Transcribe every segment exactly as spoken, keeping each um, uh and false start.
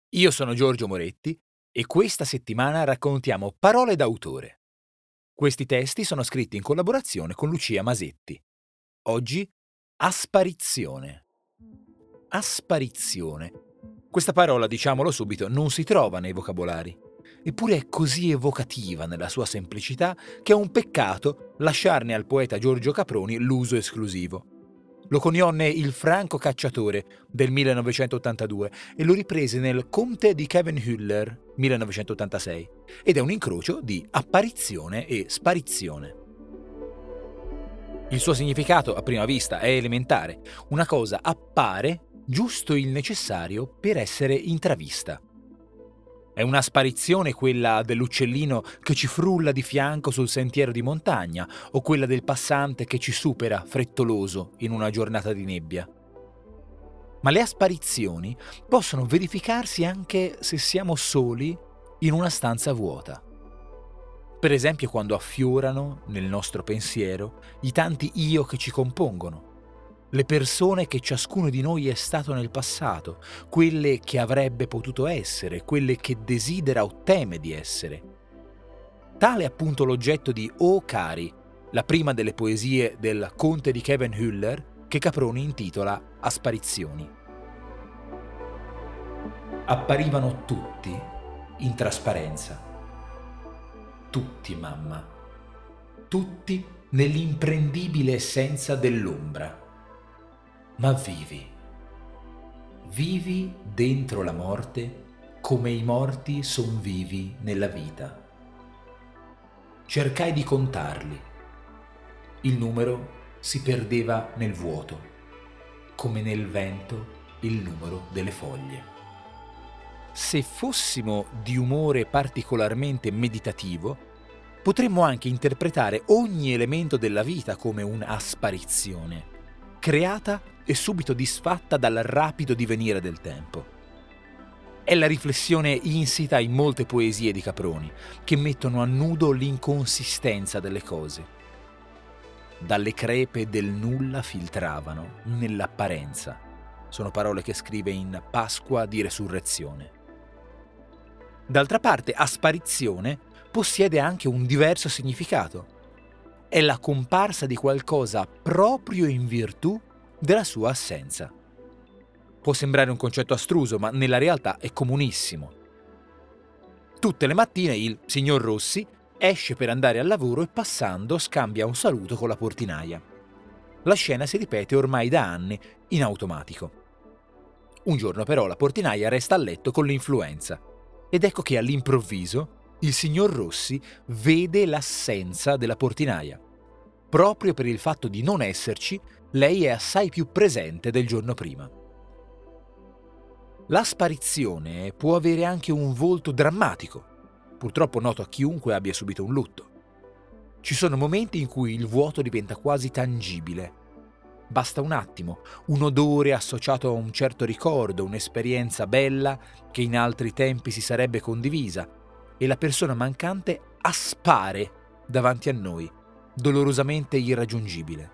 Io sono Giorgio Moretti e questa settimana raccontiamo Parole d'autore. Questi testi sono scritti in collaborazione con Lucia Masetti. Oggi, asparizione. Asparizione. Questa parola, diciamolo subito, non si trova nei vocabolari. Eppure è così evocativa nella sua semplicità che è un peccato lasciarne al poeta Giorgio Caproni l'uso esclusivo. Lo coniò Il Franco Cacciatore del millenovecentoottantadue e lo riprese nel Conte di Khevenhüller millenovecentottantasei ed è un incrocio di apparizione e sparizione. Il suo significato a prima vista è elementare. Una cosa appare giusto il necessario per essere intravista. È una sparizione quella dell'uccellino che ci frulla di fianco sul sentiero di montagna o quella del passante che ci supera frettoloso in una giornata di nebbia. Ma le apparizioni possono verificarsi anche se siamo soli in una stanza vuota. Per esempio quando affiorano nel nostro pensiero i tanti io che ci compongono, le persone che ciascuno di noi è stato nel passato, quelle che avrebbe potuto essere, quelle che desidera o teme di essere. Tale è appunto l'oggetto di O Cari, la prima delle poesie del Conte di Khevenhüller che Caproni intitola Asparizioni. Apparivano tutti in trasparenza. Tutti, mamma. Tutti nell'imprendibile essenza dell'ombra. Ma vivi, vivi dentro la morte come i morti son vivi nella vita. Cercai di contarli. Il numero si perdeva nel vuoto, come nel vento il numero delle foglie. Se fossimo di umore particolarmente meditativo, potremmo anche interpretare ogni elemento della vita come un'asparizione, creata e subito disfatta dal rapido divenire del tempo. È la riflessione insita in molte poesie di Caproni, che mettono a nudo l'inconsistenza delle cose. Dalle crepe del nulla filtravano nell'apparenza. Sono parole che scrive in Pasqua di Resurrezione. D'altra parte, asparizione possiede anche un diverso significato. È la comparsa di qualcosa proprio in virtù della sua assenza. Può sembrare un concetto astruso, ma nella realtà è comunissimo. Tutte le mattine il signor Rossi esce per andare al lavoro e passando scambia un saluto con la portinaia. La scena si ripete ormai da anni in automatico. Un giorno però la portinaia resta a letto con l'influenza ed ecco che all'improvviso il signor Rossi vede l'assenza della portinaia. Proprio per il fatto di non esserci, lei è assai più presente del giorno prima. La sparizione può avere anche un volto drammatico, purtroppo noto a chiunque abbia subito un lutto. Ci sono momenti in cui il vuoto diventa quasi tangibile. Basta un attimo, un odore associato a un certo ricordo, un'esperienza bella che in altri tempi si sarebbe condivisa, e la persona mancante aspare davanti a noi, dolorosamente irraggiungibile.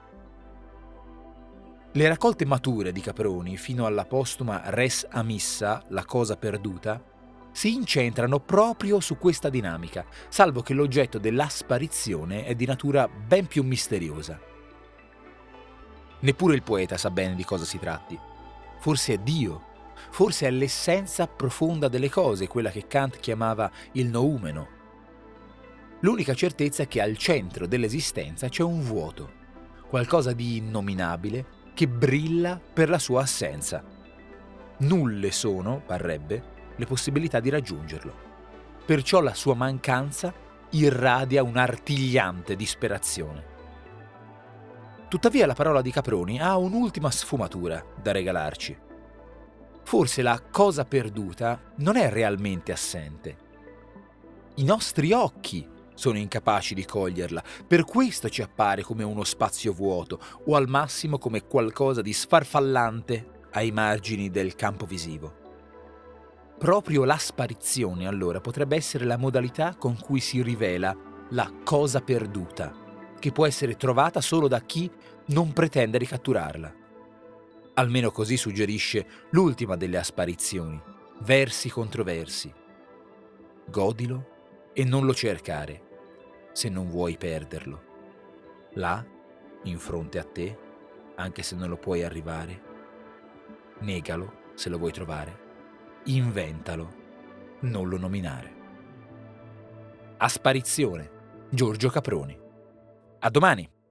Le raccolte mature di Caproni, fino alla postuma Res Amissa, La cosa perduta, si incentrano proprio su questa dinamica, salvo che l'oggetto dell'asparizione è di natura ben più misteriosa. Neppure il poeta sa bene di cosa si tratti. Forse è Dio, forse è l'essenza profonda delle cose, quella che Kant chiamava il noumeno. L'unica certezza è che al centro dell'esistenza c'è un vuoto, qualcosa di innominabile, che brilla per la sua assenza. Nulle sono, parrebbe, le possibilità di raggiungerlo. Perciò la sua mancanza irradia un'artigliante disperazione. Tuttavia la parola di Caproni ha un'ultima sfumatura da regalarci. Forse la cosa perduta non è realmente assente. I nostri occhi sono incapaci di coglierla, per questo ci appare come uno spazio vuoto o al massimo come qualcosa di sfarfallante ai margini del campo visivo. Proprio la sparizione, allora, potrebbe essere la modalità con cui si rivela la cosa perduta, che può essere trovata solo da chi non pretende ricatturarla. Almeno così suggerisce l'ultima delle apparizioni, versi contro versi. Godilo e non lo cercare, se non vuoi perderlo. Là, in fronte a te, anche se non lo puoi arrivare, negalo se lo vuoi trovare, inventalo, non lo nominare. A sparizione, Giorgio Caproni. A domani!